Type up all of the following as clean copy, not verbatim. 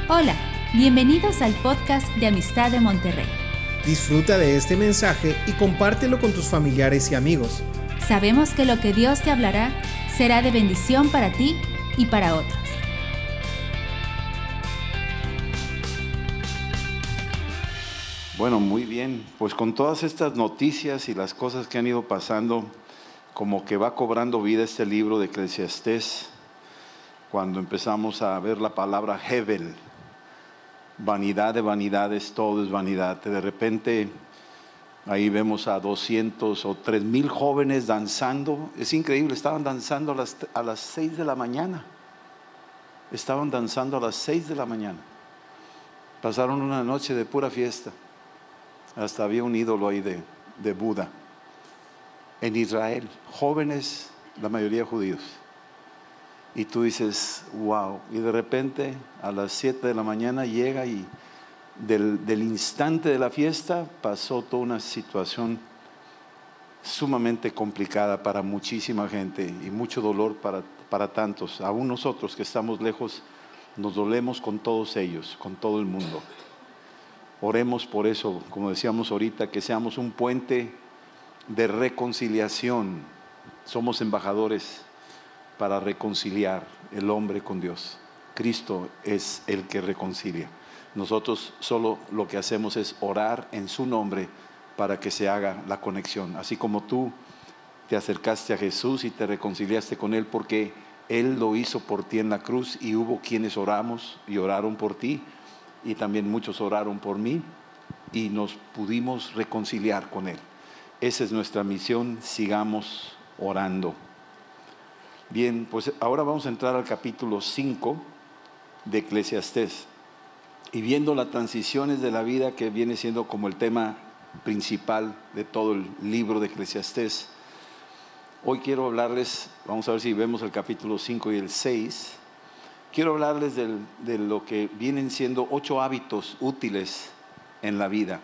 Hola, bienvenidos al podcast de Amistad de Monterrey. Disfruta de este mensaje y compártelo con tus familiares y amigos. Sabemos que lo que Dios te hablará será de bendición para ti y para otros. Bueno, muy bien. Pues con todas estas noticias y las cosas que han ido pasando, como que va cobrando vida este libro de Eclesiastés, cuando empezamos a ver la palabra Hebel, vanidad de vanidades, todo es vanidad. De repente ahí vemos a 200 o 3,000 jóvenes danzando. Es increíble, estaban danzando a las 6 de la mañana. Estaban danzando a las 6 de la mañana. Pasaron una noche de pura fiesta. Hasta había un ídolo ahí de Buda. En Israel, jóvenes, la mayoría judíos. Y tú dices, wow. Y de repente a las 7 de la mañana llega y del instante de la fiesta pasó toda una situación sumamente complicada para muchísima gente y mucho dolor para tantos. Aún nosotros que estamos lejos nos dolemos con todos ellos, con todo el mundo. Oremos por eso, como decíamos ahorita, que seamos un puente de reconciliación. Somos embajadores para reconciliar el hombre con Dios. Cristo es el que reconcilia. Nosotros solo lo que hacemos es orar en su nombre para que se haga la conexión. Así como tú te acercaste a Jesús y te reconciliaste con Él porque Él lo hizo por ti en la cruz, y hubo quienes oramos y oraron por ti, y también muchos oraron por mí y nos pudimos reconciliar con Él. Esa es nuestra misión, sigamos orando. Bien, pues ahora vamos a entrar al capítulo 5 de Eclesiastés. Y viendo las transiciones de la vida, que viene siendo como el tema principal de todo el libro de Eclesiastés, hoy quiero hablarles, vamos a ver si vemos el capítulo 5 y el 6, quiero hablarles de lo que vienen siendo 8 hábitos útiles en la vida.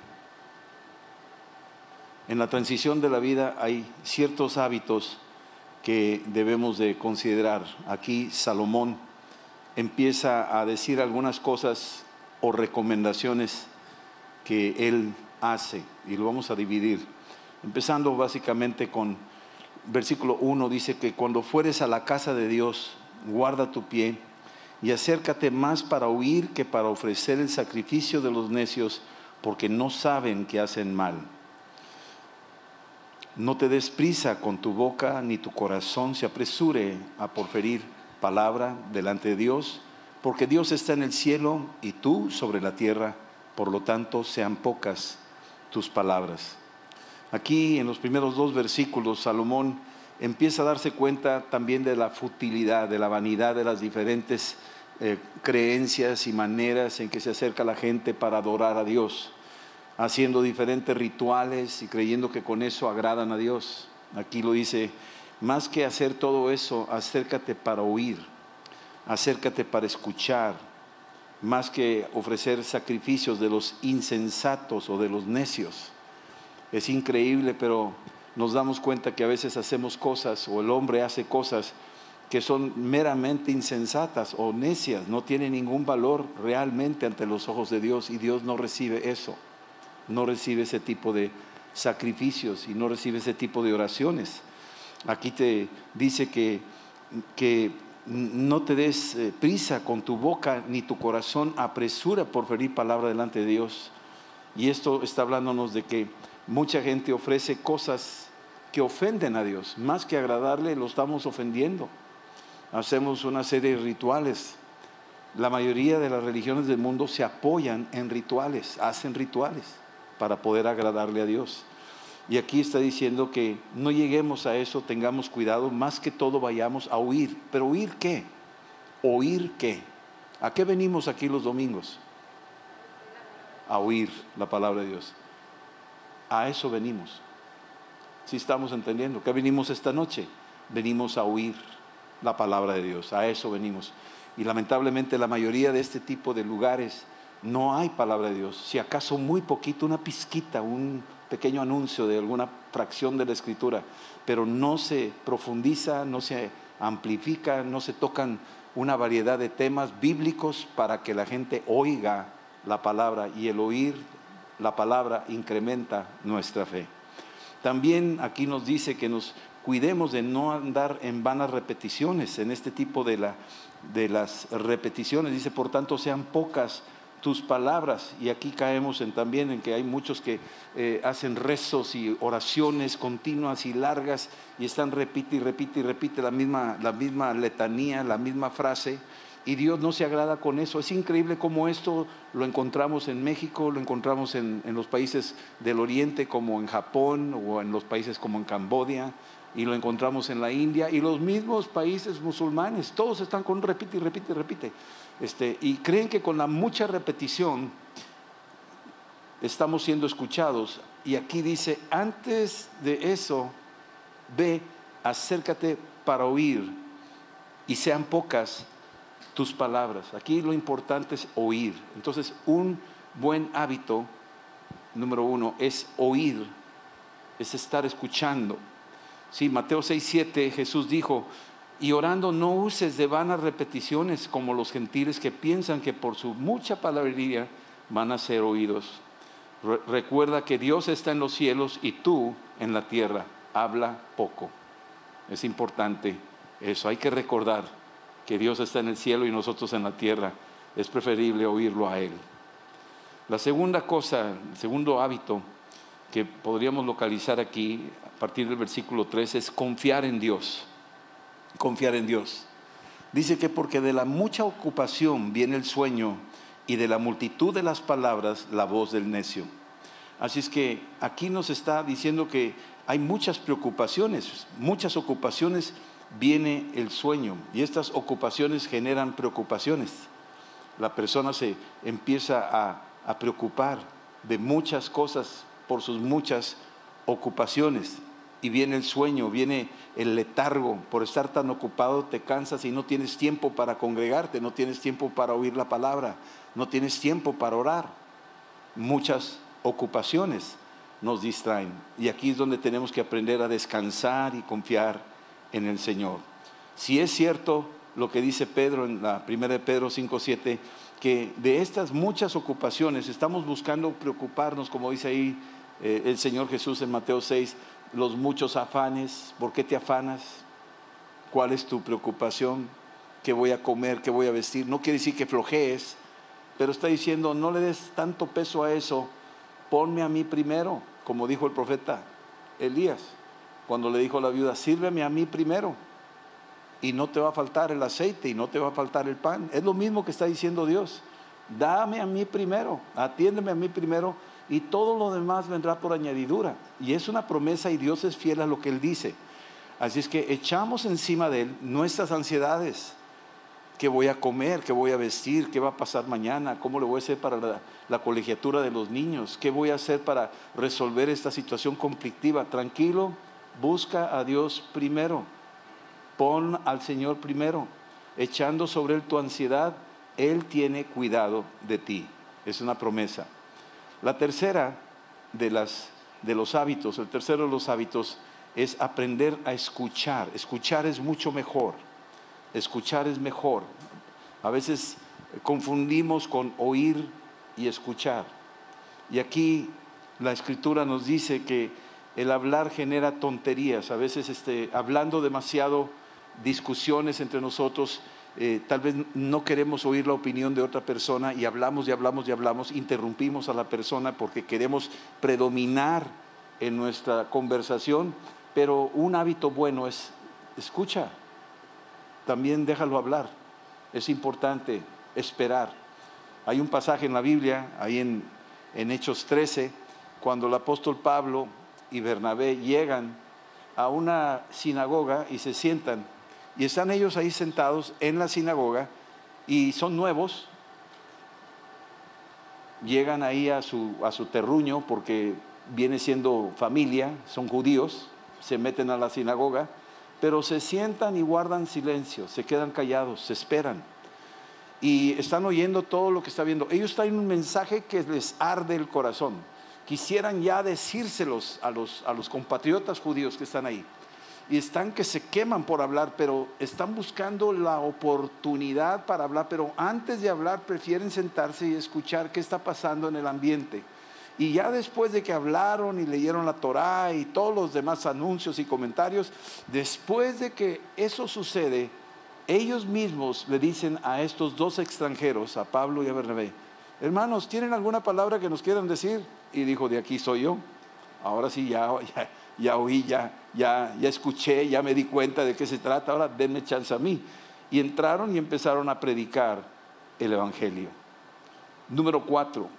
En la transición de la vida hay ciertos hábitos que debemos de considerar. Aquí Salomón empieza a decir algunas cosas o recomendaciones que él hace, y lo vamos a dividir. Empezando básicamente con versículo 1, dice que cuando fueres a la casa de Dios, guarda tu pie y acércate más para oír que para ofrecer el sacrificio de los necios, porque no saben que hacen mal. No te des prisa con tu boca, ni tu corazón se apresure a proferir palabra delante de Dios, porque Dios está en el cielo y tú sobre la tierra, por lo tanto sean pocas tus palabras. Aquí en los primeros 2 versículos Salomón empieza a darse cuenta también de la futilidad, de la vanidad de las diferentes creencias y maneras en que se acerca la gente para adorar a Dios, haciendo diferentes rituales y creyendo que con eso agradan a Dios. Aquí lo dice, más que hacer todo eso, acércate para oír, acércate para escuchar, más que ofrecer sacrificios de los insensatos o de los necios. Es increíble, pero nos damos cuenta que a veces hacemos cosas, o el hombre hace cosas que son meramente insensatas o necias, no tienen ningún valor realmente ante los ojos de Dios, y Dios no recibe eso. No recibe ese tipo de sacrificios y no recibe ese tipo de oraciones. Aquí te dice que no te des prisa con tu boca, ni tu corazón apresura por proferir palabra delante de Dios. Y esto está hablándonos de que mucha gente ofrece cosas que ofenden a Dios. Más que agradarle, lo estamos ofendiendo. Hacemos una serie de rituales. La mayoría de las religiones del mundo se apoyan en rituales, hacen rituales para poder agradarle a Dios. Y aquí está diciendo que no lleguemos a eso, tengamos cuidado, más que todo vayamos a oír. ¿Pero oír qué? ¿Oír qué? ¿A qué venimos aquí los domingos? A oír la palabra de Dios. A eso venimos. ¿Sí estamos entendiendo? ¿Qué venimos esta noche? Venimos a oír la palabra de Dios, a eso venimos. Y lamentablemente la mayoría de este tipo de lugares no hay palabra de Dios. Si acaso muy poquito, una pizquita, un pequeño anuncio de alguna fracción de la Escritura, pero no se profundiza, no se amplifica, no se tocan una variedad de temas bíblicos para que la gente oiga la palabra, y el oír la palabra incrementa nuestra fe. También aquí nos dice que nos cuidemos de no andar en vanas repeticiones, en este tipo de las repeticiones. Dice, por tanto, sean pocas tus palabras. Y aquí caemos también en que hay muchos que hacen rezos y oraciones continuas y largas, y están repite y repite y repite la misma letanía, la misma frase, y Dios no se agrada con eso. Es increíble cómo esto lo encontramos en México, lo encontramos en los países del Oriente, como en Japón, o en los países como en Camboya, y lo encontramos en la India, y los mismos países musulmanes. Todos están con repite y repite y repite. Y creen que con la mucha repetición estamos siendo escuchados. Y aquí dice, antes de eso, ve, acércate para oír, y sean pocas tus palabras. Aquí lo importante es oír. Entonces, un buen hábito, número 1, es oír, es estar escuchando. Sí, Mateo 6:7, Jesús dijo, y orando no uses de vanas repeticiones como los gentiles que piensan que por su mucha palabrería van a ser oídos. Recuerda que Dios está en los cielos y tú en la tierra. Habla poco. Es importante eso, hay que recordar que Dios está en el cielo y nosotros en la tierra. Es preferible oírlo a Él. La segunda cosa, el segundo hábito que podríamos localizar aquí a partir del versículo 3 es confiar en Dios. Confiar en Dios. Dice que porque de la mucha ocupación viene el sueño, y de la multitud de las palabras la voz del necio. Así es que aquí nos está diciendo que hay muchas preocupaciones, muchas ocupaciones, viene el sueño, y estas ocupaciones generan preocupaciones. La persona se empieza a preocupar de muchas cosas por sus muchas ocupaciones, y viene el sueño, viene el letargo. Por estar tan ocupado te cansas y no tienes tiempo para congregarte, no tienes tiempo para oír la palabra, no tienes tiempo para orar. Muchas ocupaciones nos distraen, y aquí es donde tenemos que aprender a descansar y confiar en el Señor. Si es cierto lo que dice Pedro en la primera de Pedro 5:7, que de estas muchas ocupaciones estamos buscando preocuparnos, como dice ahí el Señor Jesús en Mateo 6, los muchos afanes. ¿Por qué te afanas? ¿Cuál es tu preocupación? ¿Qué voy a comer? ¿Qué voy a vestir? No quiere decir que flojees, pero está diciendo, no le des tanto peso a eso, ponme a mí primero, como dijo el profeta Elías, cuando le dijo a la viuda, sírveme a mí primero, y no te va a faltar el aceite, y no te va a faltar el pan. Es lo mismo que está diciendo Dios, dame a mí primero, atiéndeme a mí primero, y todo lo demás vendrá por añadidura. Y es una promesa, y Dios es fiel a lo que Él dice. Así es que echamos encima de Él nuestras ansiedades. ¿Qué voy a comer? ¿Qué voy a vestir? ¿Qué va a pasar mañana? ¿Cómo le voy a hacer para la colegiatura de los niños? ¿Qué voy a hacer para resolver esta situación conflictiva? Tranquilo, busca a Dios primero. Pon al Señor primero. Echando sobre Él tu ansiedad, Él tiene cuidado de ti. Es una promesa. La tercera de los hábitos, el tercero de los hábitos es aprender a escuchar. Escuchar es mucho mejor. Escuchar es mejor. A veces confundimos con oír y escuchar. Y aquí la Escritura nos dice que el hablar genera tonterías. A veces hablando demasiado, discusiones entre nosotros, tal vez no queremos oír la opinión de otra persona, y hablamos y hablamos y hablamos, interrumpimos a la persona porque queremos predominar en nuestra conversación. Pero un hábito bueno es escucha. También déjalo hablar. Es importante esperar. Hay un pasaje en la Biblia, ahí en Hechos 13, cuando el apóstol Pablo y Bernabé llegan a una sinagoga y se sientan, y están ellos ahí sentados en la sinagoga, y son nuevos, llegan ahí a su terruño, porque viene siendo familia, son judíos, se meten a la sinagoga, pero se sientan y guardan silencio, se quedan callados, se esperan, y están oyendo todo lo que está viendo. Ellos traen un mensaje que les arde el corazón, quisieran ya decírselos a los compatriotas judíos que están ahí, y están que se queman por hablar, pero están buscando la oportunidad para hablar, pero antes de hablar prefieren sentarse y escuchar qué está pasando en el ambiente. Y ya después de que hablaron y leyeron la Torá y todos los demás anuncios y comentarios, después de que eso sucede, ellos mismos le dicen a estos dos extranjeros, a Pablo y a Bernabé: hermanos, ¿tienen alguna palabra que nos quieran decir? Y dijo: de aquí soy yo. Ahora sí, ya oí, ya escuché, ya me di cuenta de qué se trata, ahora denme chance a mí. Y entraron y empezaron a predicar el Evangelio. Número 4,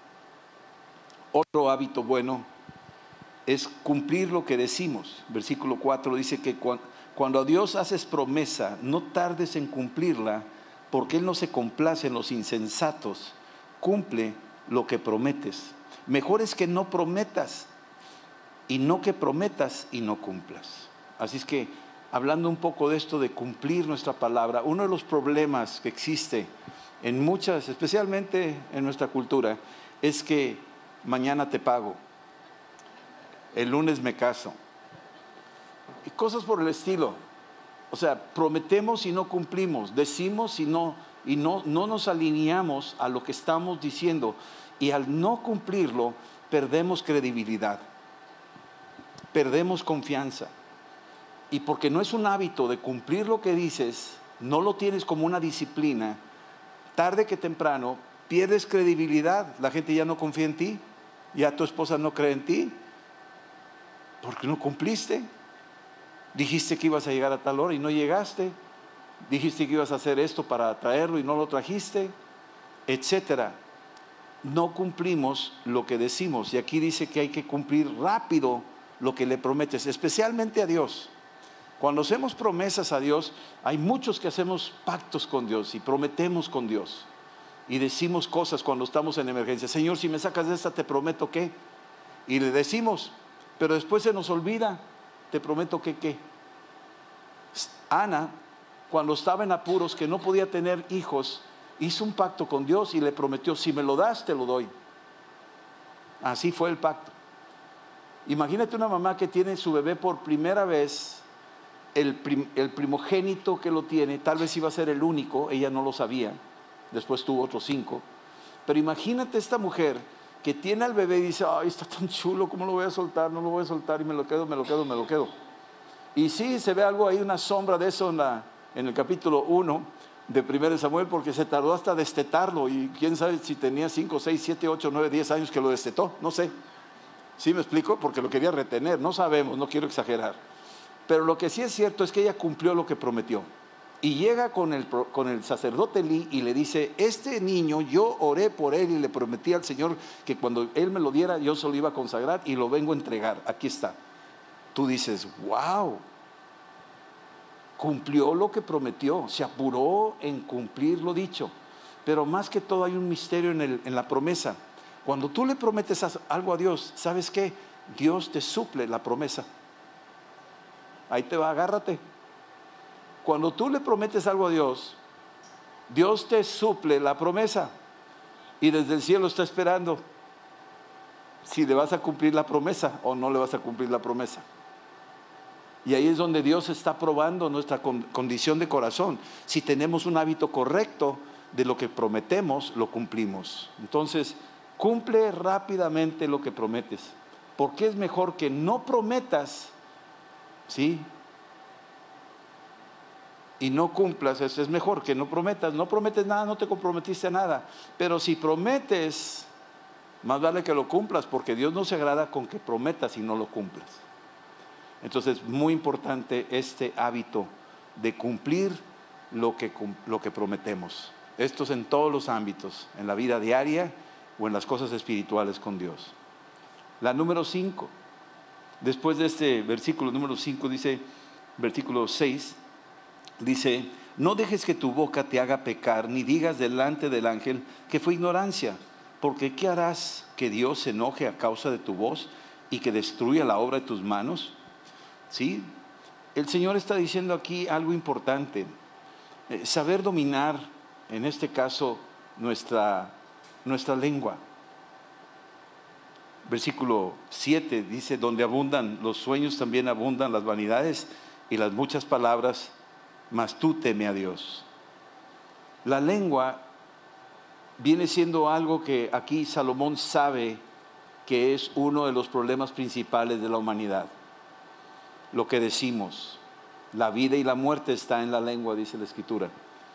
otro hábito bueno es cumplir lo que decimos. Versículo 4 dice que cuando a Dios haces promesa, no tardes en cumplirla, porque Él no se complace en los insensatos. Cumple lo que prometes. Mejor es que no prometas, y no que prometas y no cumplas. Así es que, hablando un poco de esto de cumplir nuestra palabra, uno de los problemas que existe en muchas, especialmente en nuestra cultura, es que mañana te pago, el lunes me caso, y cosas por el estilo. O sea, prometemos y no cumplimos, decimos y no nos alineamos a lo que estamos diciendo, y al no cumplirlo perdemos credibilidad, perdemos confianza. Y porque no es un hábito de cumplir lo que dices, no lo tienes como una disciplina, tarde que temprano pierdes credibilidad. La gente ya no confía en ti, ya tu esposa no cree en ti, porque no cumpliste. Dijiste que ibas a llegar a tal hora y no llegaste, dijiste que ibas a hacer esto para traerlo y no lo trajiste, etcétera. No cumplimos lo que decimos, y aquí dice que hay que cumplir rápido lo que le prometes, especialmente a Dios. Cuando hacemos promesas a Dios, hay muchos que hacemos pactos con Dios y prometemos con Dios y decimos cosas cuando estamos en emergencia: Señor, si me sacas de esta, te prometo que, y le decimos, pero después se nos olvida, te prometo que qué. Ana, cuando estaba en apuros, que no podía tener hijos, hizo un pacto con Dios y le prometió: si me lo das, te lo doy. Así fue el pacto. Imagínate una mamá que tiene su bebé por primera vez, el primogénito que lo tiene, tal vez iba a ser el único, ella no lo sabía, después tuvo otros 5, pero imagínate esta mujer que tiene al bebé y dice: ay, está tan chulo, ¿cómo lo voy a soltar? No lo voy a soltar, y me lo quedo. Y sí, se ve algo ahí, una sombra de eso en el capítulo 1 de 1 Samuel, porque se tardó hasta destetarlo, y quién sabe si tenía 5, 6, 7, 8, 9, 10 años que lo destetó, no sé. ¿Sí me explico? Porque lo quería retener, no sabemos, no quiero exagerar. Pero lo que sí es cierto es que ella cumplió lo que prometió. Y llega con el sacerdote Elí y le dice: este niño, yo oré por él y le prometí al Señor que cuando él me lo diera, yo se lo iba a consagrar y lo vengo a entregar. Aquí está. Tú dices: wow, cumplió lo que prometió, se apuró en cumplir lo dicho. Pero más que todo hay un misterio en la promesa. Cuando tú le prometes algo a Dios, ¿sabes qué? Dios te suple la promesa. Ahí te va, agárrate. Cuando tú le prometes algo a Dios, Dios te suple la promesa, y desde el cielo está esperando si le vas a cumplir la promesa o no le vas a cumplir la promesa. Y ahí es donde Dios está probando nuestra condición de corazón. Si tenemos un hábito correcto de lo que prometemos, lo cumplimos. Entonces, cumple rápidamente lo que prometes, porque es mejor que no prometas, ¿sí?, y no cumplas. Es mejor que no prometas. No prometes nada, no te comprometiste a nada. Pero si prometes, más vale que lo cumplas, porque Dios no se agrada con que prometas y no lo cumplas. Entonces, muy importante este hábito de cumplir lo que prometemos. Esto es en todos los ámbitos, en la vida diaria o en las cosas espirituales con Dios. La número 5, después de este versículo número 5, dice, versículo 6, dice: no dejes que tu boca te haga pecar, ni digas delante del ángel que fue ignorancia, porque ¿qué harás que Dios se enoje a causa de tu voz y que destruya la obra de tus manos? ¿Sí? El Señor está diciendo aquí algo importante. Saber dominar, en este caso, nuestra lengua. Versículo 7 dice, donde abundan los sueños, también abundan las vanidades y las muchas palabras, mas tú teme a Dios. La lengua viene siendo algo que aquí Salomón sabe que es uno de los problemas principales de la humanidad. Lo que decimos, la vida y la muerte está en la lengua, dice la Escritura.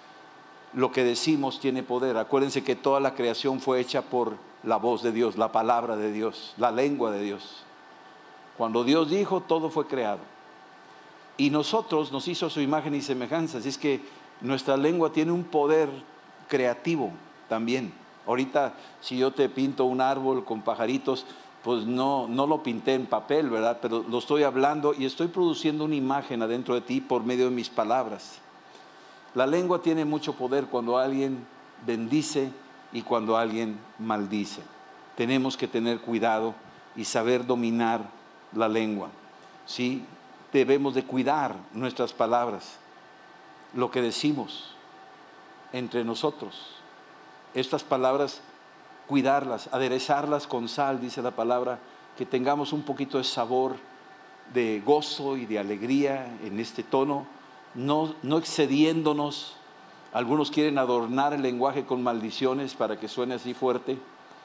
Lo que decimos tiene poder. Acuérdense que toda la creación fue hecha por la voz de Dios, la palabra de Dios, la lengua de Dios. Cuando Dios dijo, todo fue creado. Y nosotros nos hizo su imagen y semejanza. Así es que nuestra lengua tiene un poder creativo también. Ahorita, si yo te pinto un árbol con pajaritos, pues no lo pinté en papel, ¿verdad? Pero lo estoy hablando y estoy produciendo una imagen adentro de ti por medio de mis palabras. La lengua tiene mucho poder cuando alguien bendice y cuando alguien maldice. Tenemos que tener cuidado y saber dominar la lengua, ¿sí? Debemos de cuidar nuestras palabras, lo que decimos entre nosotros. Estas palabras, cuidarlas, aderezarlas con sal, dice la palabra, que tengamos un poquito de sabor, de gozo y de alegría en este tono, no excediéndonos. Algunos quieren adornar el lenguaje con maldiciones para que suene así fuerte.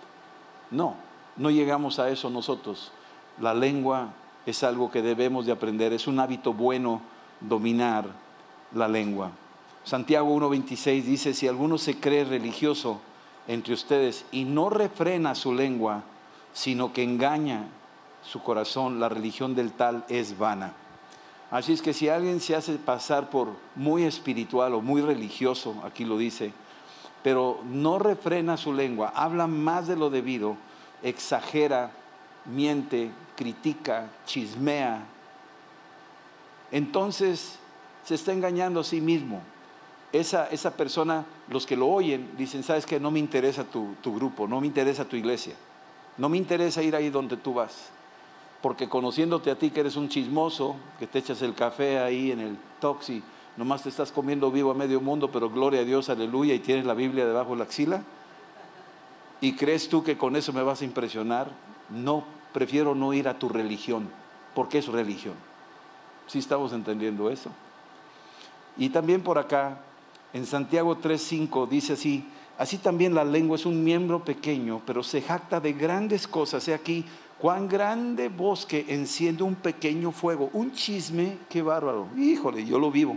No llegamos a eso nosotros. La lengua es algo que debemos de aprender, es un hábito bueno dominar la lengua. Santiago 1:26 dice, si alguno se cree religioso entre ustedes y no refrena su lengua, sino que engaña su corazón, la religión del tal es vana. Así es que si alguien se hace pasar por muy espiritual o muy religioso, aquí lo dice, pero no refrena su lengua, habla más de lo debido, exagera, miente, critica, chismea, entonces se está engañando a sí mismo. Esa persona, los que lo oyen, dicen, ¿sabes qué? No me interesa tu grupo, no me interesa tu iglesia, no me interesa ir ahí donde tú vas, porque conociéndote a ti que eres un chismoso, que te echas el café ahí en el Toxi, nomás te estás comiendo vivo a medio mundo, pero gloria a Dios, aleluya, y tienes la Biblia debajo de la axila, y crees tú que con eso me vas a impresionar. No, prefiero no ir a tu religión, porque es religión. ¿Sí estamos entendiendo eso? Y también por acá, en Santiago 3:5 dice así también la lengua es un miembro pequeño, pero se jacta de grandes cosas. He aquí, cuán grande bosque enciende un pequeño fuego. Un chisme, qué bárbaro. Híjole, yo lo vivo.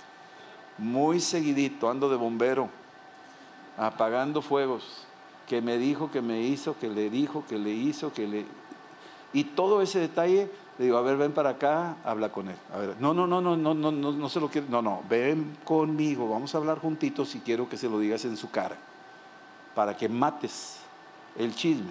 Muy seguidito, ando de bombero, apagando fuegos. Que me dijo, que me hizo, que le dijo, que le hizo, Y todo ese detalle, le digo, a ver, ven para acá, habla con él. A ver, no se lo quiero. No, ven conmigo, vamos a hablar juntitos y quiero que se lo digas en su cara, para que mates el chisme.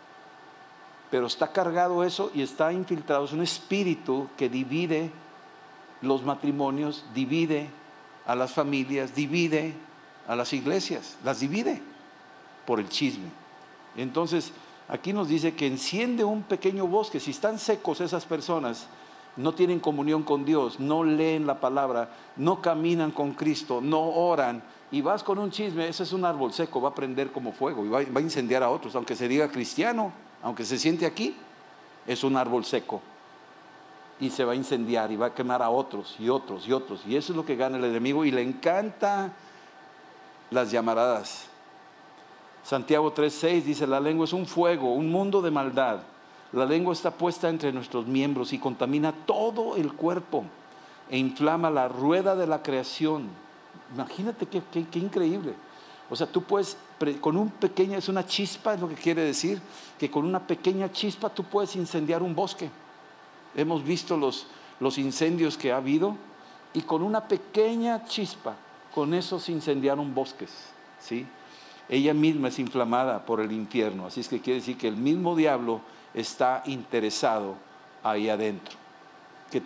Pero está cargado eso y está infiltrado, es un espíritu que divide los matrimonios, divide a las familias, divide a las iglesias, las divide por el chisme. Entonces, aquí nos dice que enciende un pequeño bosque. Si están secos esas personas, no tienen comunión con Dios, no leen la palabra, no caminan con Cristo, no oran, y vas con un chisme, ese es un árbol seco, va a prender como fuego y va a incendiar a otros, aunque se diga cristiano, aunque se siente aquí, es un árbol seco y se va a incendiar y va a quemar a otros y otros y otros, y eso es lo que gana el enemigo y le encanta las llamaradas. Santiago 3:6 dice, la lengua es un fuego, un mundo de maldad. La lengua está puesta entre nuestros miembros y contamina todo el cuerpo e inflama la rueda de la creación. Imagínate qué increíble. O sea, tú puedes, con un pequeño, es una chispa, es lo que quiere decir, que con una pequeña chispa tú puedes incendiar un bosque. Hemos visto los incendios que ha habido y con una pequeña chispa, con eso se incendiaron bosques, ¿sí? Ella misma es inflamada por el infierno, así es que quiere decir que el mismo diablo está interesado ahí adentro, que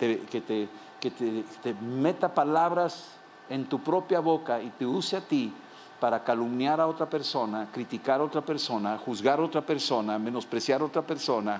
te meta palabras en tu propia boca y te use a ti para calumniar a otra persona, criticar a otra persona, juzgar a otra persona, menospreciar a otra persona,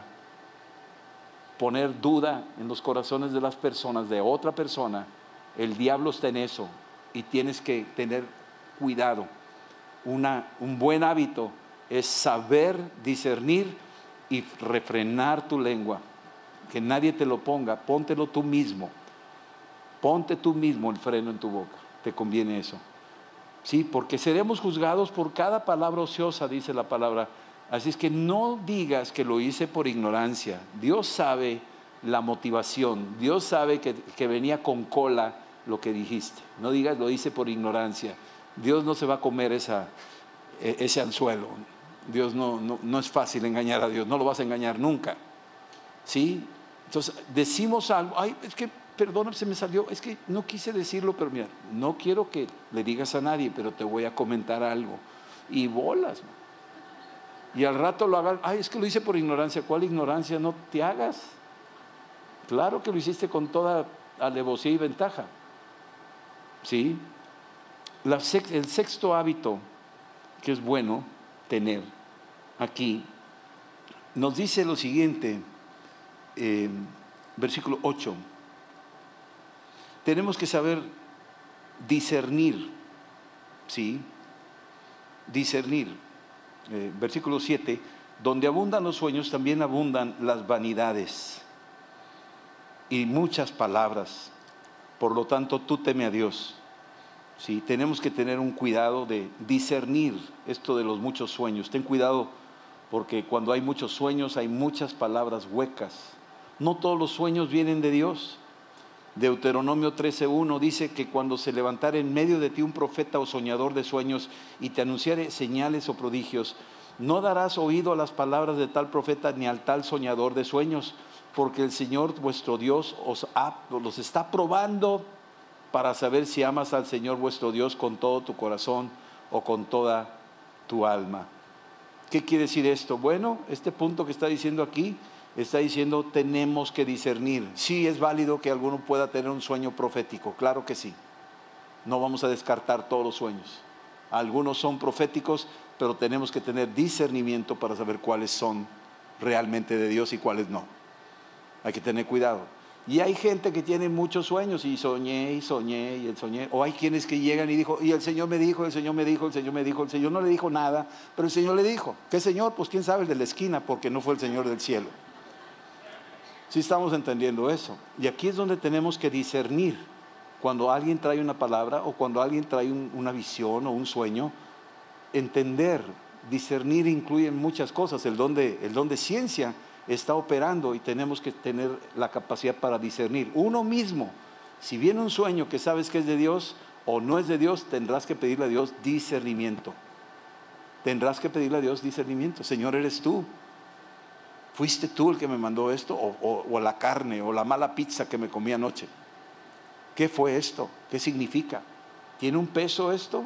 poner duda en los corazones de las personas, de otra persona. El diablo está en eso y tienes que tener cuidado. Un buen hábito es saber discernir y refrenar tu lengua, que nadie te lo ponga, póntelo tú mismo. Ponte tú mismo el freno en tu boca, te conviene eso. Sí, porque seremos juzgados por cada palabra ociosa, dice la palabra. Así es que no digas que lo hice por ignorancia. Dios sabe la motivación, Dios sabe que venía con cola lo que dijiste. No digas lo hice por ignorancia. Dios no se va a comer ese anzuelo. Dios no es fácil engañar a Dios, no lo vas a engañar nunca. ¿Sí? Entonces decimos algo, ay, es que perdona, se me salió, es que no quise decirlo, pero mira, no quiero que le digas a nadie, pero te voy a comentar algo. Y bolas, man. Y al rato lo hagas, ay, es que lo hice por ignorancia. ¿Cuál ignorancia? No te hagas. Claro que lo hiciste con toda alevosía y ventaja. ¿Sí? El sexto hábito que es bueno tener aquí, nos dice lo siguiente, versículo 8. Tenemos que saber discernir, ¿sí? Discernir. Versículo 7, donde abundan los sueños, también abundan las vanidades y muchas palabras. Por lo tanto, tú teme a Dios. ¿Sí? Tenemos que tener un cuidado de discernir esto de los muchos sueños. Ten cuidado, porque cuando hay muchos sueños hay muchas palabras huecas. No todos los sueños vienen de Dios. Deuteronomio 13:1 dice que cuando se levantare en medio de ti un profeta o soñador de sueños y te anunciare señales o prodigios, no darás oído a las palabras de tal profeta ni al tal soñador de sueños, porque el Señor vuestro Dios los está probando para saber si amas al Señor vuestro Dios con todo tu corazón o con toda tu alma. ¿Qué quiere decir esto? Bueno, este punto que está diciendo aquí, está diciendo tenemos que discernir. Sí, es válido que alguno pueda tener un sueño profético, claro que sí. No vamos a descartar todos los sueños. Algunos son proféticos, pero tenemos que tener discernimiento para saber cuáles son realmente de Dios y cuáles no. Hay que tener cuidado. Y hay gente que tiene muchos sueños y soñé. O hay quienes que llegan y dijo, y el Señor me dijo, el Señor no le dijo nada, pero el Señor le dijo. ¿Qué Señor? Pues quién sabe, el de la esquina, porque no fue el Señor del cielo. Sí estamos entendiendo eso. Y aquí es donde tenemos que discernir. Cuando alguien trae una palabra o cuando alguien trae una visión o un sueño, entender, discernir incluye muchas cosas. El don de ciencia está operando y tenemos que tener la capacidad para discernir. Uno mismo, si viene un sueño que sabes que es de Dios o no es de Dios, tendrás que pedirle a Dios discernimiento. Tendrás que pedirle a Dios discernimiento. Señor, ¿eres tú? ¿Fuiste tú el que me mandó esto? O la carne o la mala pizza que me comí anoche. ¿Qué fue esto? ¿Qué significa? ¿Tiene un peso esto?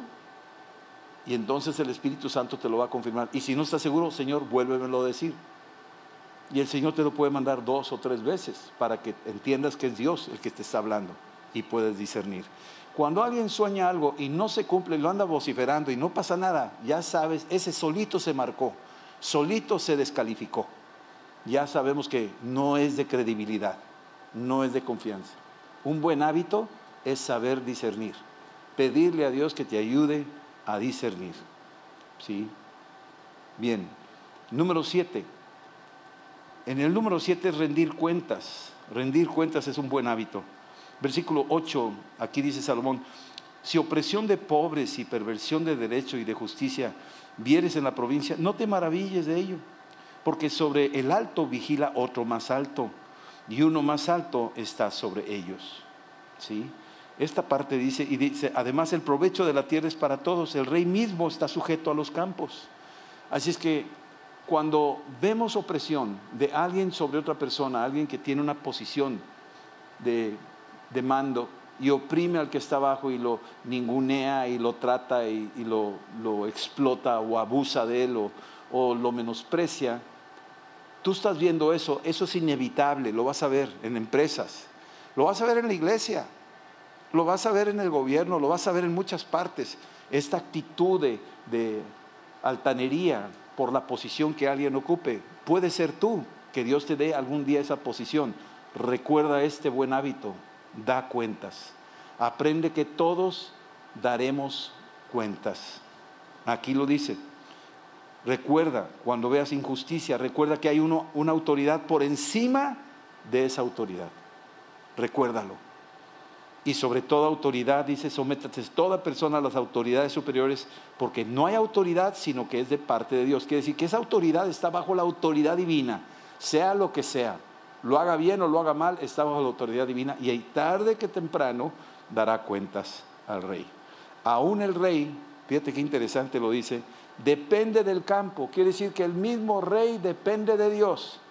Y entonces el Espíritu Santo te lo va a confirmar. Y si no estás seguro, Señor, vuélvemelo a decir. Y el Señor te lo puede mandar 2 o 3 veces para que entiendas que es Dios el que te está hablando y puedes discernir. Cuando alguien sueña algo y no se cumple, lo anda vociferando y no pasa nada, ya sabes, ese solito se marcó, solito se descalificó. Ya sabemos que no es de credibilidad, no es de confianza. Un buen hábito es saber discernir, pedirle a Dios que te ayude a discernir. ¿Sí? Bien, número 7. En el número 7 es rendir cuentas. Rendir cuentas es un buen hábito. Versículo 8, aquí dice Salomón: si opresión de pobres y perversión de derecho y de justicia vieres en la provincia, no te maravilles de ello, porque sobre el alto vigila otro más alto, y uno más alto está sobre ellos. ¿Sí? Esta parte dice, además el provecho de la tierra es para todos, el rey mismo está sujeto a los campos. Así es que cuando vemos opresión de alguien sobre otra persona, alguien que tiene una posición de mando y oprime al que está abajo y lo ningunea y lo trata y lo explota o abusa de él o lo menosprecia, tú estás viendo eso es inevitable, lo vas a ver en empresas, lo vas a ver en la iglesia, lo vas a ver en el gobierno, lo vas a ver en muchas partes. Esta actitud de altanería por la posición que alguien ocupe, puede ser tú, que Dios te dé algún día esa posición. Recuerda este buen hábito, da cuentas. Aprende que todos daremos cuentas. Aquí lo dice. Recuerda, cuando veas injusticia, recuerda que hay una autoridad por encima de esa autoridad. Recuérdalo. Y sobre toda autoridad, dice, sométase toda persona a las autoridades superiores, porque no hay autoridad sino que es de parte de Dios. Quiere decir que esa autoridad está bajo la autoridad divina, sea lo que sea, lo haga bien o lo haga mal, está bajo la autoridad divina, y ahí tarde que temprano dará cuentas al rey. Aún el rey, fíjate qué interesante lo dice, depende del campo. Quiere decir que el mismo rey depende de Dios.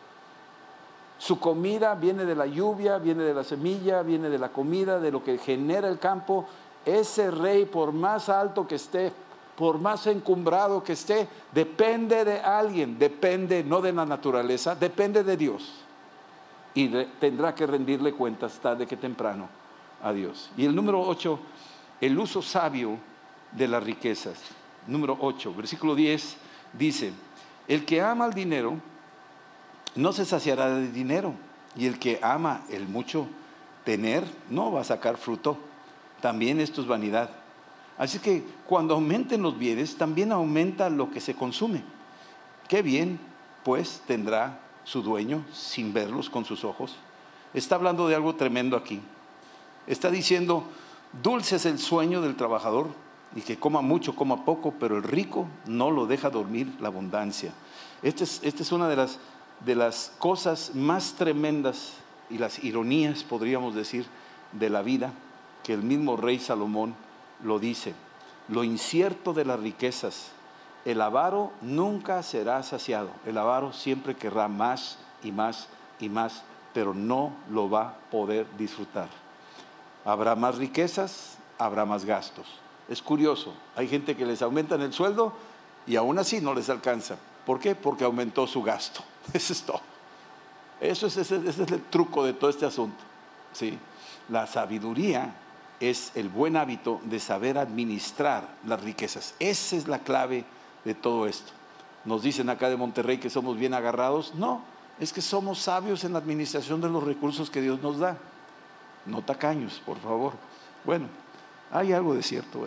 Su comida viene de la lluvia, viene de la semilla, viene de la comida, de lo que genera el campo. Ese rey, por más alto que esté, por más encumbrado que esté, depende de alguien, depende no de la naturaleza, depende de Dios. Y tendrá que rendirle cuentas tarde que temprano a Dios. Y el número 8, el uso sabio de las riquezas. Número 8, versículo 10, dice, el que ama el dinero no se saciará de dinero, y el que ama el mucho tener no va a sacar fruto. También esto es vanidad. Así que cuando aumenten los bienes, también aumenta lo que se consume. Qué bien, pues, tendrá su dueño sin verlos con sus ojos. Está hablando de algo tremendo aquí. Está diciendo, dulce es el sueño del trabajador, y que coma mucho, coma poco, pero el rico no lo deja dormir la abundancia. Esta es una de las cosas más tremendas y las ironías, podríamos decir, de la vida, que el mismo rey Salomón lo dice. Lo incierto de las riquezas, el avaro nunca será saciado. El avaro siempre querrá más y más y más, pero no lo va a poder disfrutar. Habrá más riquezas, habrá más gastos. Es curioso, hay gente que les aumentan el sueldo y aún así no les alcanza. ¿Por qué? Porque aumentó su gasto. Eso es todo. Ese es el truco de todo este asunto, ¿sí? La sabiduría es el buen hábito de saber administrar las riquezas. Esa es la clave de todo esto. Nos dicen acá de Monterrey que somos bien agarrados. No, es que somos sabios en la administración de los recursos que Dios nos da. No tacaños, por favor. Bueno, hay algo de cierto.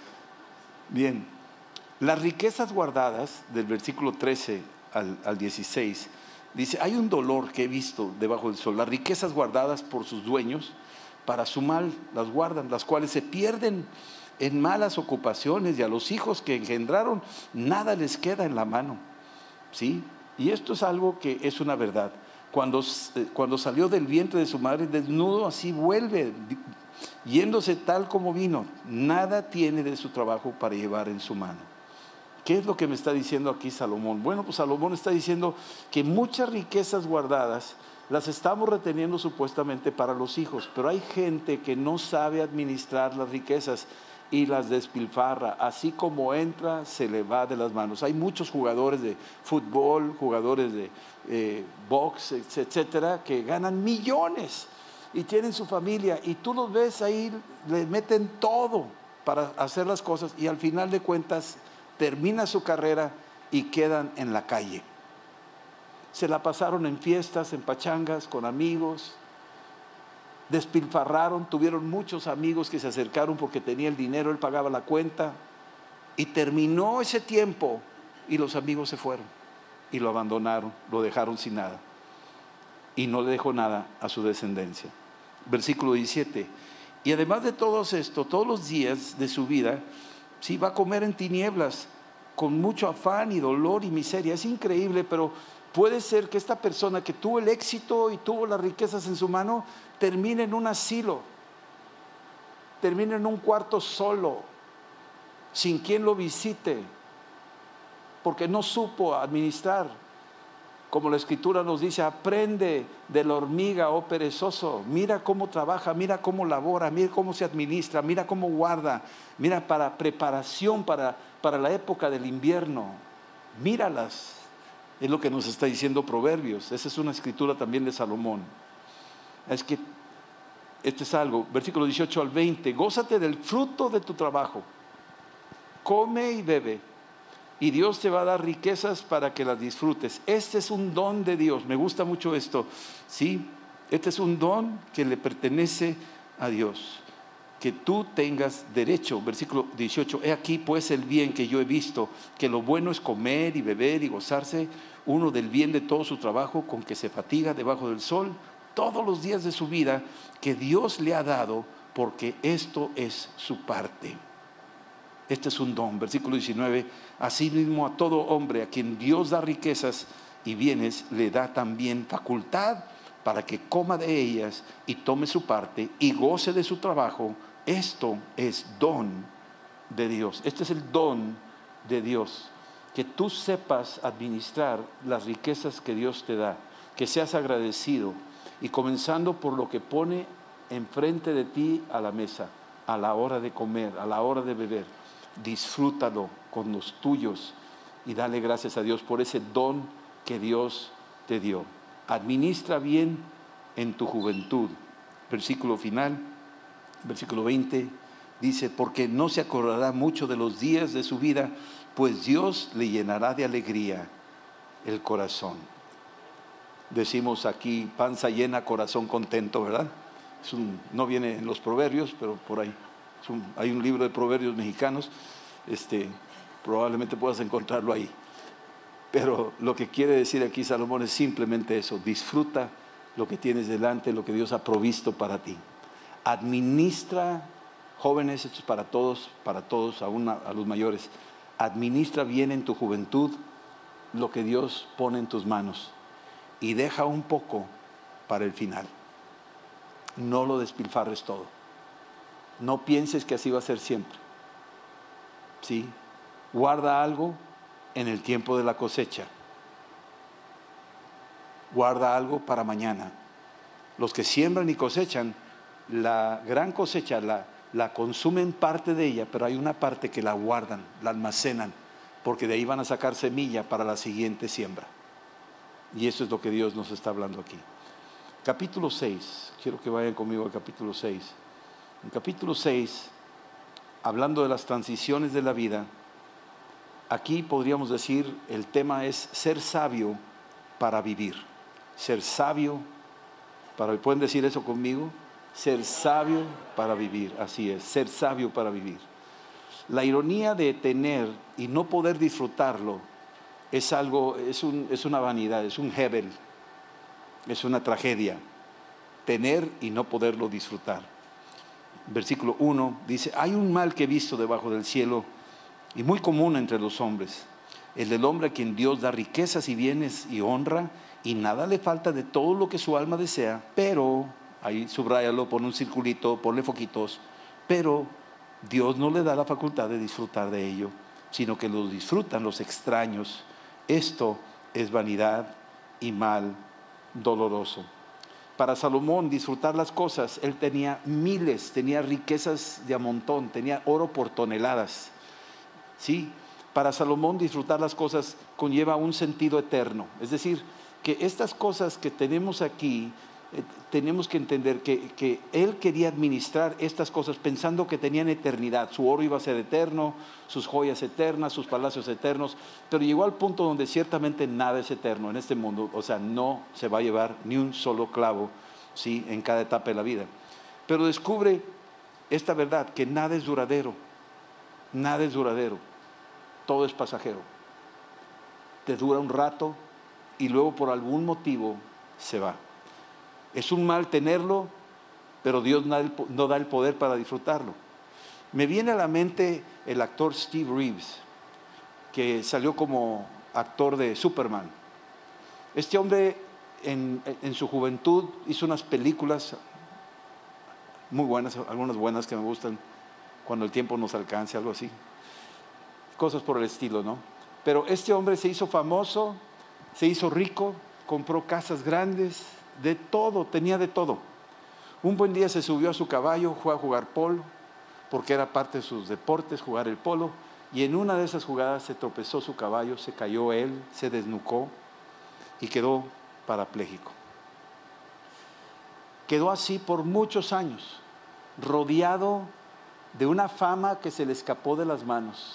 Bien, las riquezas guardadas, del versículo 13 al 16, dice, hay un dolor que he visto debajo del sol. Las riquezas guardadas por sus dueños, para su mal las guardan, las cuales se pierden en malas ocupaciones, y a los hijos que engendraron nada les queda en la mano, ¿sí? Y esto es algo que es una verdad. Cuando salió del vientre de su madre desnudo, así vuelve, yéndose tal como vino. Nada tiene de su trabajo para llevar en su mano. ¿Qué es lo que me está diciendo aquí Salomón? Bueno, pues Salomón está diciendo que muchas riquezas guardadas las estamos reteniendo supuestamente para los hijos, pero hay gente que no sabe administrar las riquezas y las despilfarra. Así como entra, se le va de las manos. Hay muchos jugadores de fútbol, jugadores de box, etcétera, que ganan millones y tienen su familia, y tú los ves ahí, le meten todo para hacer las cosas, y al final de cuentas termina su carrera y quedan en la calle. Se la pasaron en fiestas, en pachangas, con amigos, despilfarraron, tuvieron muchos amigos que se acercaron porque tenía el dinero, él pagaba la cuenta, y terminó ese tiempo y los amigos se fueron y lo abandonaron, lo dejaron sin nada, y no le dejó nada a su descendencia. Versículo 17, y además de todo esto, todos los días de su vida, sí, va a comer en tinieblas, con mucho afán y dolor y miseria. Es increíble, pero puede ser que esta persona que tuvo el éxito y tuvo las riquezas en su mano, termine en un asilo, termine en un cuarto solo, sin quien lo visite, porque no supo administrar. Como la Escritura nos dice, aprende de la hormiga, oh perezoso. Mira cómo trabaja, mira cómo labora, mira cómo se administra, mira cómo guarda, mira para preparación para la época del invierno. Míralas. Es lo que nos está diciendo Proverbios. Esa es una escritura también de Salomón. Es que esto es algo, versículo 18 al 20, gózate del fruto de tu trabajo, come y bebe, y Dios te va a dar riquezas para que las disfrutes. Este es un don de Dios. Me gusta mucho esto, ¿sí? Este es un don que le pertenece a Dios. que tú tengas derecho. Versículo 18, he aquí pues el bien que yo he visto, que lo bueno es comer y beber y gozarse uno del bien de todo su trabajo con que se fatiga debajo del sol todos los días de su vida que Dios le ha dado, porque esto es su parte. Este es un don. Versículo 19, asimismo a todo hombre a quien Dios da riquezas y bienes, le da también facultad para que coma de ellas y tome su parte y goce de su trabajo. Esto es don de Dios. Este es el don de Dios. Que tú sepas administrar las riquezas que Dios te da, que seas agradecido y comenzando por lo que pone enfrente de ti a la mesa, a la hora de comer, a la hora de beber. Disfrútalo con los tuyos y dale gracias a Dios por ese don que Dios te dio. Administra bien en tu juventud. Versículo final, versículo 20, dice, porque no se acordará mucho de los días de su vida, pues Dios le llenará de alegría el corazón. Decimos aquí, panza llena, corazón contento, ¿verdad? No viene en los proverbios, pero por ahí. Hay un libro de proverbios mexicanos, probablemente puedas encontrarlo ahí. Pero lo que quiere decir aquí Salomón es simplemente eso: disfruta lo que tienes delante, lo que Dios ha provisto para ti. Administra, jóvenes, esto es para todos, aún a los mayores. Administra bien en tu juventud lo que Dios pone en tus manos y deja un poco para el final. No lo despilfarres todo. No pienses que así va a ser siempre. ¿Sí? Guarda algo en el tiempo de la cosecha. Guarda algo para mañana. Los que siembran y cosechan, la gran cosecha la consumen parte de ella, pero hay una parte que la guardan, la almacenan, porque de ahí van a sacar semilla para la siguiente siembra. Y eso es lo que Dios nos está hablando aquí. Capítulo 6, quiero que vayan conmigo al capítulo 6. En capítulo 6, hablando de las transiciones de la vida, aquí podríamos decir, el tema es ser sabio para vivir. Ser sabio para, ¿pueden decir eso conmigo? Ser sabio para vivir, así es, ser sabio para vivir. La ironía de tener y no poder disfrutarlo es algo, es una vanidad, es un hebel, es una tragedia. Tener y no poderlo disfrutar. Versículo 1 dice, hay un mal que he visto debajo del cielo y muy común entre los hombres, el del hombre a quien Dios da riquezas y bienes y honra y nada le falta de todo lo que su alma desea, pero, ahí subráyalo, pon un circulito, ponle foquitos, pero Dios no le da la facultad de disfrutar de ello, sino que lo disfrutan los extraños. Esto es vanidad y mal doloroso. Para Salomón disfrutar las cosas, él tenía miles, tenía riquezas de a montón, tenía oro por toneladas. ¿Sí? Para Salomón disfrutar las cosas conlleva un sentido eterno. Es decir, que estas cosas que tenemos aquí, tenemos que entender que él quería administrar estas cosas pensando que tenían eternidad. Su oro iba a ser eterno, sus joyas eternas, sus palacios eternos, pero llegó al punto donde ciertamente nada es eterno en este mundo. O sea, no se va a llevar ni un solo clavo, ¿sí?, en cada etapa de la vida. Pero descubre esta verdad, que nada es duradero, nada es duradero, todo es pasajero. Te dura un rato y luego por algún motivo se va. Es un mal tenerlo, pero Dios no da el poder para disfrutarlo. Me viene a la mente el actor Steve Reeves, que salió como actor de Superman. Este hombre en su juventud hizo unas películas muy buenas, algunas buenas que me gustan, Cuando el tiempo nos alcance, algo así. Cosas por el estilo, ¿no? Pero este hombre se hizo famoso, se hizo rico, compró casas grandes, de todo, tenía de todo. Un buen día se subió a su caballo, fue a jugar polo, porque era parte de sus deportes, jugar el polo, y en una de esas jugadas se tropezó su caballo, se cayó él, se desnucó y quedó parapléjico. Quedó así por muchos años, rodeado de una fama que se le escapó de las manos,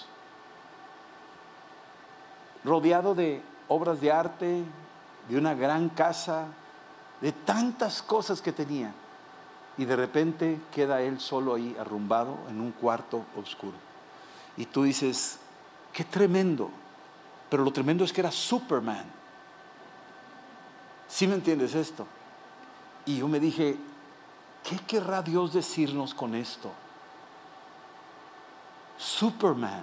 rodeado de obras de arte, de una gran casa, de tantas cosas que tenía. Y de repente queda él solo ahí, arrumbado en un cuarto oscuro. Y tú dices, qué tremendo. Pero lo tremendo es que era Superman. ¿Sí me entiendes esto? Y yo me dije, ¿qué querrá Dios decirnos con esto? Superman,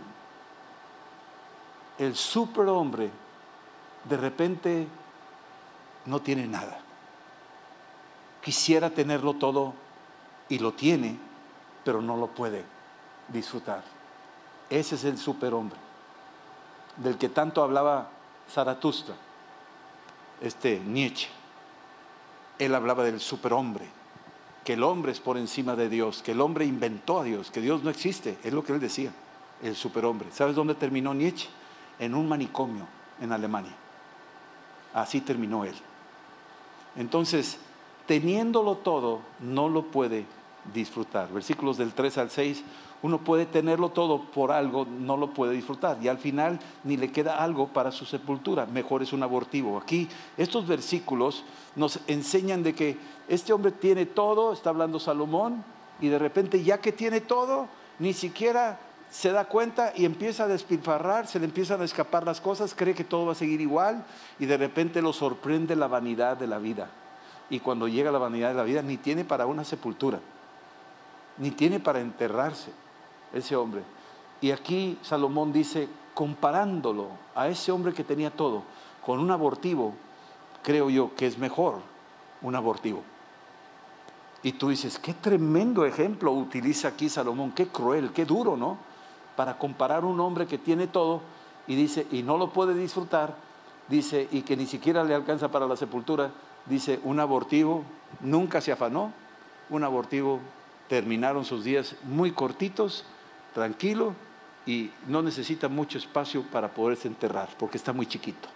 el superhombre, de repente no tiene nada. Quisiera tenerlo todo y lo tiene, pero no lo puede disfrutar. Ese es el superhombre del que tanto hablaba Zaratustra, Nietzsche. Él hablaba del superhombre, que el hombre es por encima de Dios, que el hombre inventó a Dios, que Dios no existe, es lo que él decía, el superhombre. ¿Sabes dónde terminó Nietzsche? En un manicomio en Alemania. Así terminó él. Entonces, teniéndolo todo, no lo puede disfrutar. Versículos del 3 al 6, uno puede tenerlo todo por algo, no lo puede disfrutar. Y al final ni le queda algo para su sepultura. Mejor es un abortivo. Aquí, estos versículos nos enseñan de que este hombre tiene todo, está hablando Salomón, y de repente ya que tiene todo, ni siquiera se da cuenta y empieza a despilfarrar, se le empiezan a escapar las cosas, cree que todo va a seguir igual, y de repente lo sorprende la vanidad de la vida. Y cuando llega la vanidad de la vida, ni tiene para una sepultura, ni tiene para enterrarse ese hombre. Y aquí Salomón dice, comparándolo a ese hombre que tenía todo con un abortivo, creo yo que es mejor un abortivo. Y tú dices, qué tremendo ejemplo utiliza aquí Salomón, qué cruel, qué duro, ¿no? Para comparar un hombre que tiene todo y dice, y no lo puede disfrutar, dice, y que ni siquiera le alcanza para la sepultura, dice, un abortivo nunca se afanó, un abortivo terminaron sus días muy cortitos, tranquilo, y no necesita mucho espacio para poderse enterrar, porque está muy chiquito.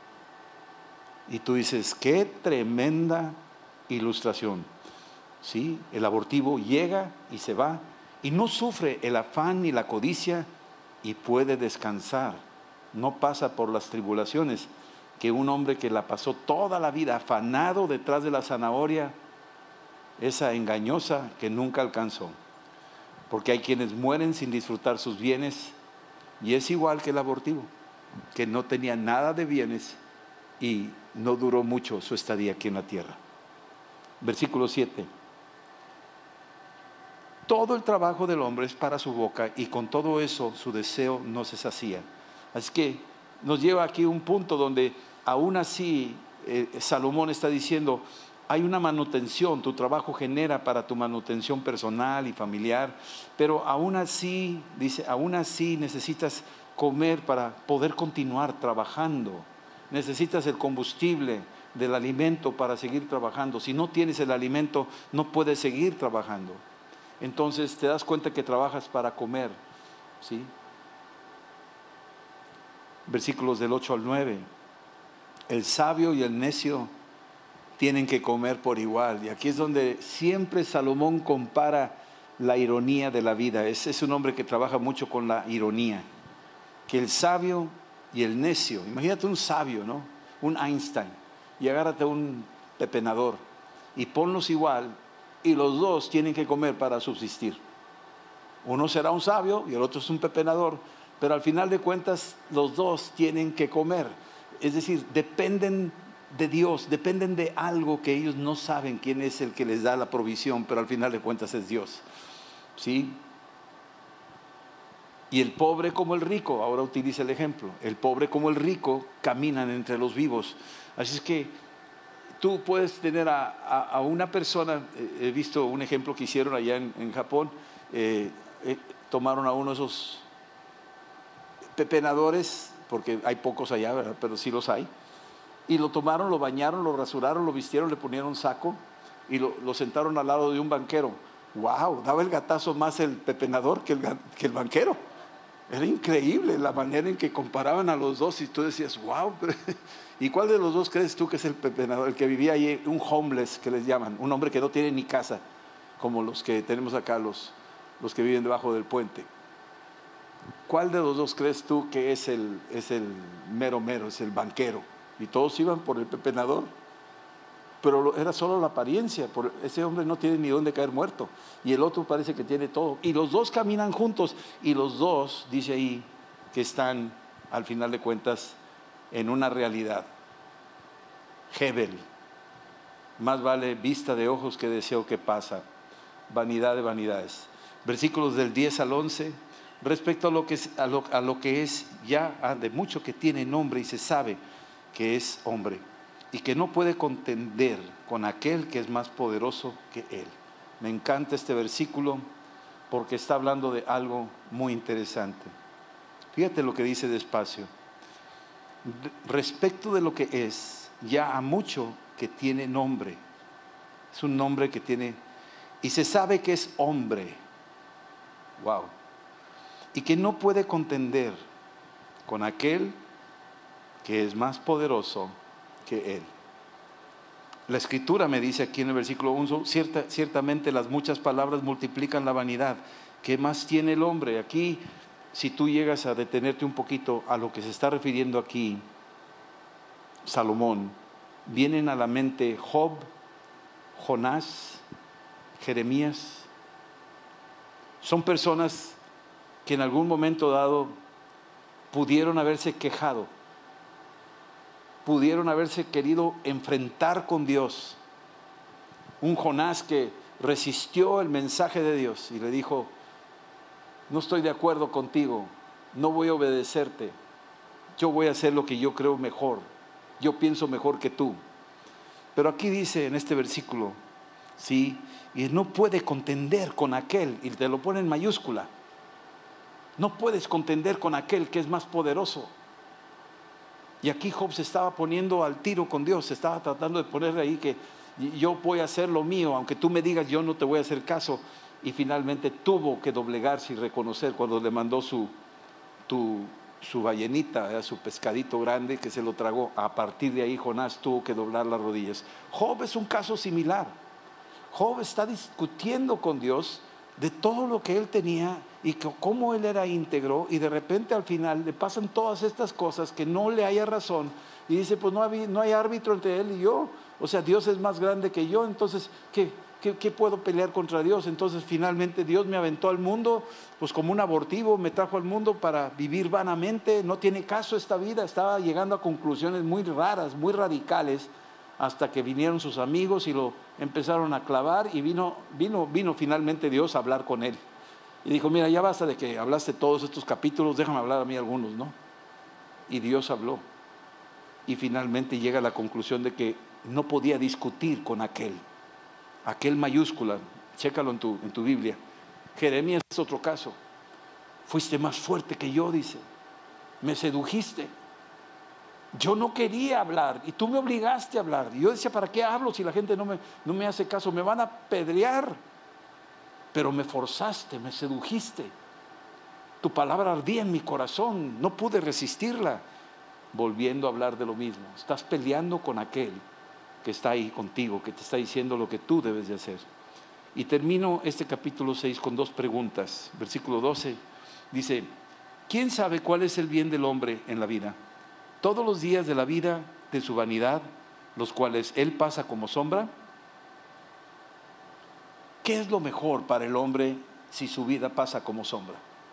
Y tú dices, qué tremenda ilustración. ¿Sí? El abortivo llega y se va, y no sufre el afán ni la codicia, y puede descansar. No pasa por las tribulaciones que un hombre que la pasó toda la vida afanado detrás de la zanahoria, esa engañosa que nunca alcanzó. Porque hay quienes mueren sin disfrutar sus bienes, y es igual que el abortivo, que no tenía nada de bienes y no duró mucho su estadía aquí en la tierra. Versículo 7. Todo el trabajo del hombre es para su boca, y con todo eso su deseo no se sacía. Así que nos lleva aquí a un punto donde aún así Salomón está diciendo, hay una manutención, tu trabajo genera para tu manutención personal y familiar, pero aún así, dice, aún así necesitas comer para poder continuar trabajando. Necesitas el combustible del alimento para seguir trabajando. Si no tienes el alimento, no puedes seguir trabajando. Entonces te das cuenta que trabajas para comer, ¿sí? Versículos del 8 al 9. El sabio y el necio tienen que comer por igual. Y aquí es donde siempre Salomón compara la ironía de la vida. Es un hombre que trabaja mucho con la ironía. Que el sabio y el necio, imagínate un sabio, ¿no? Un Einstein, y agárrate un pepenador y ponlos igual, y los dos tienen que comer para subsistir. Uno será un sabio y el otro es un pepenador, pero al final de cuentas los dos tienen que comer. Es decir, dependen de Dios, dependen de algo que ellos no saben quién es el que les da la provisión, pero al final de cuentas es Dios, ¿sí? Y el pobre como el rico, ahora utiliza el ejemplo, el pobre como el rico caminan entre los vivos. Así es que tú puedes tener a una persona, he visto un ejemplo que hicieron allá en Japón, tomaron a uno de esos pepenadores, porque hay pocos allá, ¿verdad? Pero sí los hay, y lo tomaron, lo bañaron, lo rasuraron, lo vistieron, le ponieron saco y lo sentaron al lado de un banquero. ¡Wow! Daba el gatazo más el pepenador que el banquero. Era increíble la manera en que comparaban a los dos, y tú decías, wow, ¿y cuál de los dos crees tú que es el pepenador? El que vivía ahí, un homeless que les llaman, un hombre que no tiene ni casa, como los que tenemos acá, los que viven debajo del puente. ¿Cuál de los dos crees tú que es el mero, es el banquero? Y todos iban por el pepenador. pero era solo la apariencia. Ese hombre no tiene ni dónde caer muerto, y el otro parece que tiene todo. Y los dos caminan juntos, y los dos, dice ahí, que están, al final de cuentas, en una realidad. Hebel, más vale vista de ojos que deseo que pasa. Vanidad de vanidades. Versículos del 10 al 11, respecto a lo que es ya de mucho que tiene nombre y se sabe que es hombre, y que no puede contender con aquel que es más poderoso que él. Me encanta este versículo porque está hablando de algo muy interesante. Fíjate lo que dice despacio. Respecto de lo que es ya a mucho que tiene nombre. Es un nombre que tiene, y se sabe que es hombre. Wow. Y que no puede contender con aquel que es más poderoso que él. La escritura me dice aquí en el versículo 1, ciertamente las muchas palabras multiplican la vanidad. ¿Qué más tiene el hombre? Aquí, si tú llegas a detenerte un poquito a lo que se está refiriendo aquí Salomón, vienen a la mente Job, Jonás, Jeremías. Son personas que en algún momento dado pudieron haberse quejado, pudieron haberse querido enfrentar con Dios. Un Jonás que resistió el mensaje de Dios y le dijo: no estoy de acuerdo contigo, no voy a obedecerte, yo voy a hacer lo que yo creo mejor, yo pienso mejor que tú. Pero aquí dice en este versículo, sí, y no puede contender con aquel, y te lo pone en mayúscula. No puedes contender con aquel que es más poderoso. Y aquí Job se estaba poniendo al tiro con Dios, se estaba tratando de poner ahí que yo voy a hacer lo mío, aunque tú me digas yo no te voy a hacer caso. Y finalmente tuvo que doblegarse y reconocer cuando le mandó su ballenita, su pescadito grande que se lo tragó. A partir de ahí Jonás tuvo que doblar las rodillas. Job es un caso similar. Job está discutiendo con Dios de todo lo que él tenía y cómo él era íntegro, y de repente al final le pasan todas estas cosas que no le haya razón, y dice: pues no hay árbitro entre él y yo, o sea, Dios es más grande que yo, entonces ¿qué puedo pelear contra Dios? Entonces finalmente Dios me aventó al mundo, pues como un abortivo, me trajo al mundo para vivir vanamente, no tiene caso esta vida. Estaba llegando a conclusiones muy raras, muy radicales, hasta que vinieron sus amigos y lo empezaron a clavar, y vino finalmente Dios a hablar con él. Y dijo: mira, ya basta de que hablaste todos estos capítulos, déjame hablar a mí algunos, ¿no? Y Dios habló. Y finalmente llega a la conclusión de que no podía discutir con aquel mayúscula, chécalo en tu Biblia. Jeremías es otro caso. Fuiste más fuerte que yo, dice. Me sedujiste. Yo no quería hablar y tú me obligaste a hablar. Y yo decía: ¿para qué hablo si la gente no me hace caso? Me van a apedrear. Pero me forzaste, me sedujiste. Tu palabra ardía en mi corazón, no pude resistirla. Volviendo a hablar de lo mismo. Estás peleando con aquel que está ahí contigo, que te está diciendo lo que tú debes de hacer. Y termino este capítulo 6 con dos preguntas. Versículo 12 dice: ¿quién sabe cuál es el bien del hombre en la vida? Todos los días de la vida de su vanidad, los cuales él pasa como sombra. ¿Qué es lo mejor para el hombre si su vida pasa como sombra?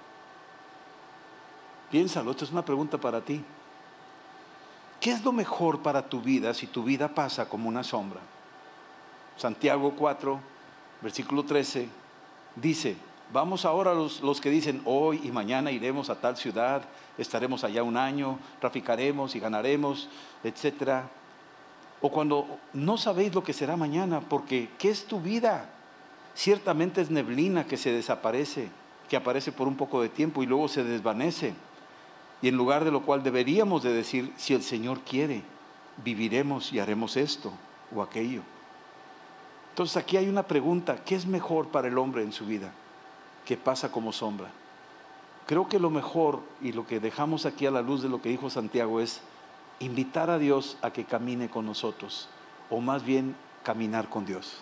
Piénsalo, esta es una pregunta para ti. ¿Qué es lo mejor para tu vida si tu vida pasa como una sombra? Santiago 4, versículo 13, dice: vamos ahora los que dicen: hoy y mañana iremos a tal ciudad, estaremos allá un año, traficaremos y ganaremos, etcétera. O cuando no sabéis lo que será mañana, porque ¿qué es tu vida? Ciertamente es neblina que se desaparece, que aparece por un poco de tiempo y luego se desvanece. Y en lugar de lo cual deberíamos de decir: si el Señor quiere, viviremos y haremos esto o aquello. Entonces aquí hay una pregunta: ¿qué es mejor para el hombre en su vida? Que pasa como sombra. Creo que lo mejor, y lo que dejamos aquí a la luz de lo que dijo Santiago, es invitar a Dios a que camine con nosotros, o más bien caminar con Dios.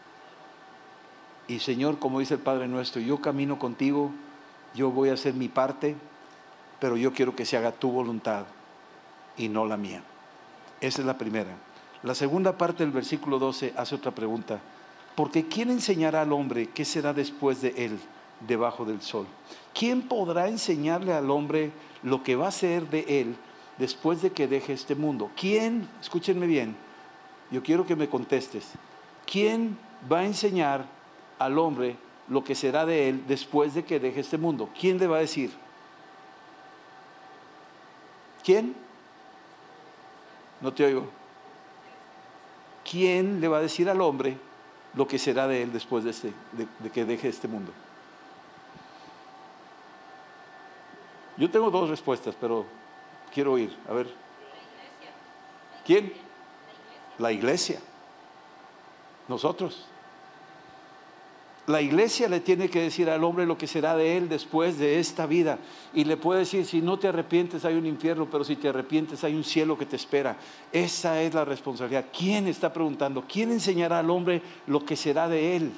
Y Señor, como dice el Padre nuestro, yo camino contigo, yo voy a hacer mi parte, pero yo quiero que se haga tu voluntad y no la mía. Esa es la primera. La segunda parte del versículo 12 hace otra pregunta. Porque ¿quién enseñará al hombre qué será después de él debajo del sol? ¿Quién podrá enseñarle al hombre lo que va a ser de él después de que deje este mundo? ¿Quién? Escúchenme bien, yo quiero que me contestes. ¿Quién va a enseñar al hombre lo que será de él después de que deje este mundo? ¿Quién le va a decir? ¿Quién? No te oigo. ¿Quién le va a decir al hombre lo que será de él después de que deje este mundo? Yo tengo dos respuestas, pero quiero oír. A ver. ¿Quién? La iglesia. Nosotros. La iglesia le tiene que decir al hombre lo que será de él después de esta vida. Y le puede decir, si no te arrepientes hay un infierno, pero si te arrepientes hay un cielo que te espera. Esa es la responsabilidad. ¿Quién está preguntando? ¿Quién enseñará al hombre lo que será de él?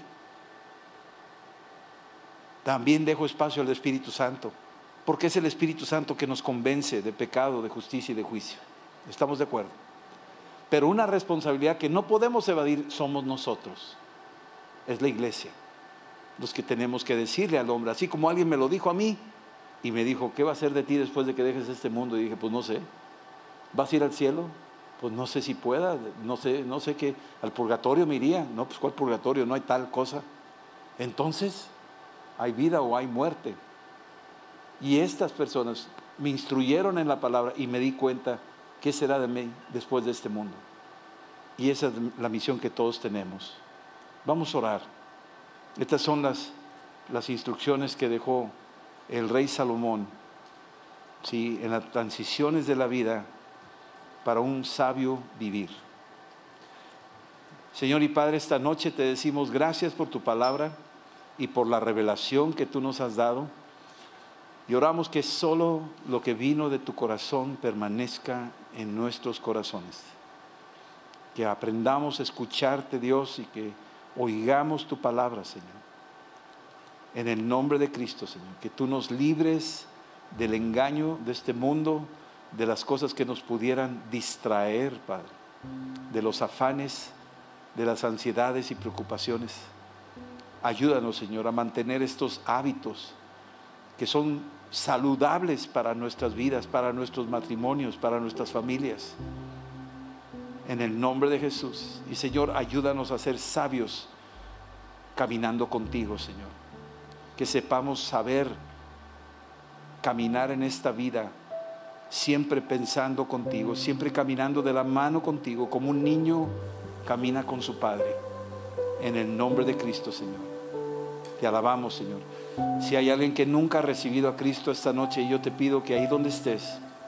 También dejo espacio al Espíritu Santo, porque es el Espíritu Santo que nos convence de pecado, de justicia y de juicio. ¿Estamos de acuerdo? Pero una responsabilidad que no podemos evadir somos nosotros. Es la iglesia. Los que tenemos que decirle al hombre, así como alguien me lo dijo a mí y me dijo, ¿qué va a hacer de ti después de que dejes este mundo? Y dije, pues no sé. ¿Vas a ir al cielo? Pues no sé si pueda, no sé qué. ¿Al purgatorio me iría? No, pues ¿cuál purgatorio? No hay tal cosa. Entonces, ¿hay vida o hay muerte? Y estas personas me instruyeron en la palabra y me di cuenta qué será de mí después de este mundo. Y esa es la misión que todos tenemos. Vamos a orar. Estas son las instrucciones que dejó el rey Salomón, ¿sí?, en las transiciones de la vida para un sabio vivir. Señor y Padre, esta noche te decimos gracias por tu palabra y por la revelación que tú nos has dado. Y oramos que solo lo que vino de tu corazón permanezca en nuestros corazones. Que aprendamos a escucharte, Dios, y que oigamos tu palabra, Señor. En el nombre de Cristo, Señor. Que tú nos libres del engaño de este mundo, de las cosas que nos pudieran distraer, Padre. De los afanes, de las ansiedades y preocupaciones. Ayúdanos, Señor, a mantener estos hábitos que son saludables para nuestras vidas, para nuestros matrimonios, para nuestras familias. En el nombre de Jesús. Y Señor, ayúdanos a ser sabios caminando contigo, Señor. Que sepamos saber caminar en esta vida siempre pensando contigo, siempre caminando de la mano contigo, como un niño camina con su padre. En el nombre de Cristo, Señor. Te alabamos, Señor. Si hay alguien que nunca ha recibido a Cristo esta noche, yo te pido que ahí donde estés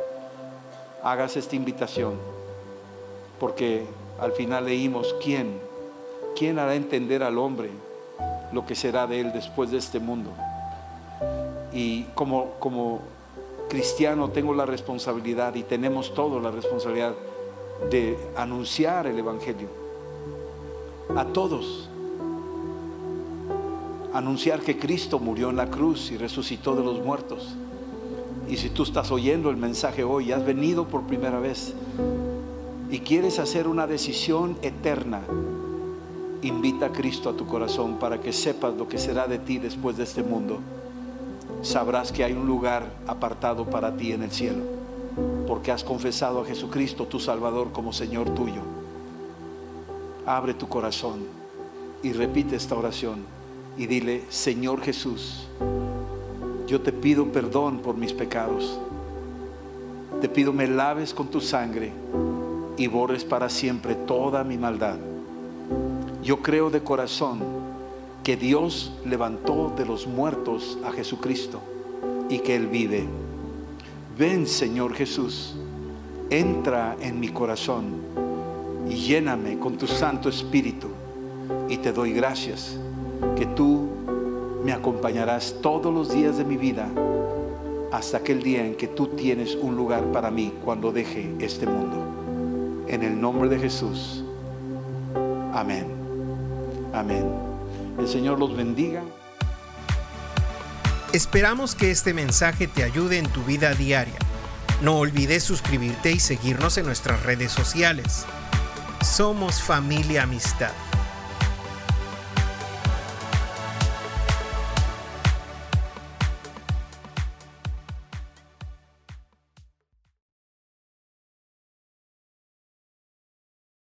hagas esta invitación. Porque al final leímos, ¿quién hará entender al hombre lo que será de él después de este mundo? Y como cristiano tengo la responsabilidad, y tenemos todos la responsabilidad, de anunciar el Evangelio a todos. Anunciar que Cristo murió en la cruz y resucitó de los muertos. Y si tú estás oyendo el mensaje hoy y has venido por primera vez y quieres hacer una decisión eterna, invita a Cristo a tu corazón para que sepas lo que será de ti después de este mundo. Sabrás que hay un lugar apartado para ti en el cielo, porque has confesado a Jesucristo, tu Salvador, como Señor tuyo. Abre tu corazón y repite esta oración y dile: Señor Jesús, yo te pido perdón por mis pecados. Te pido me laves con tu sangre y borres para siempre toda mi maldad. Yo creo de corazón que Dios levantó de los muertos a Jesucristo y que Él vive. Ven, Señor Jesús, entra en mi corazón y lléname con tu Santo Espíritu. Y te doy gracias que tú me acompañarás todos los días de mi vida hasta aquel día en que tú tienes un lugar para mí cuando deje este mundo. En el nombre de Jesús. Amén. Amén. El Señor los bendiga. Esperamos que este mensaje te ayude en tu vida diaria. No olvides suscribirte y seguirnos en nuestras redes sociales. Somos Familia Amistad.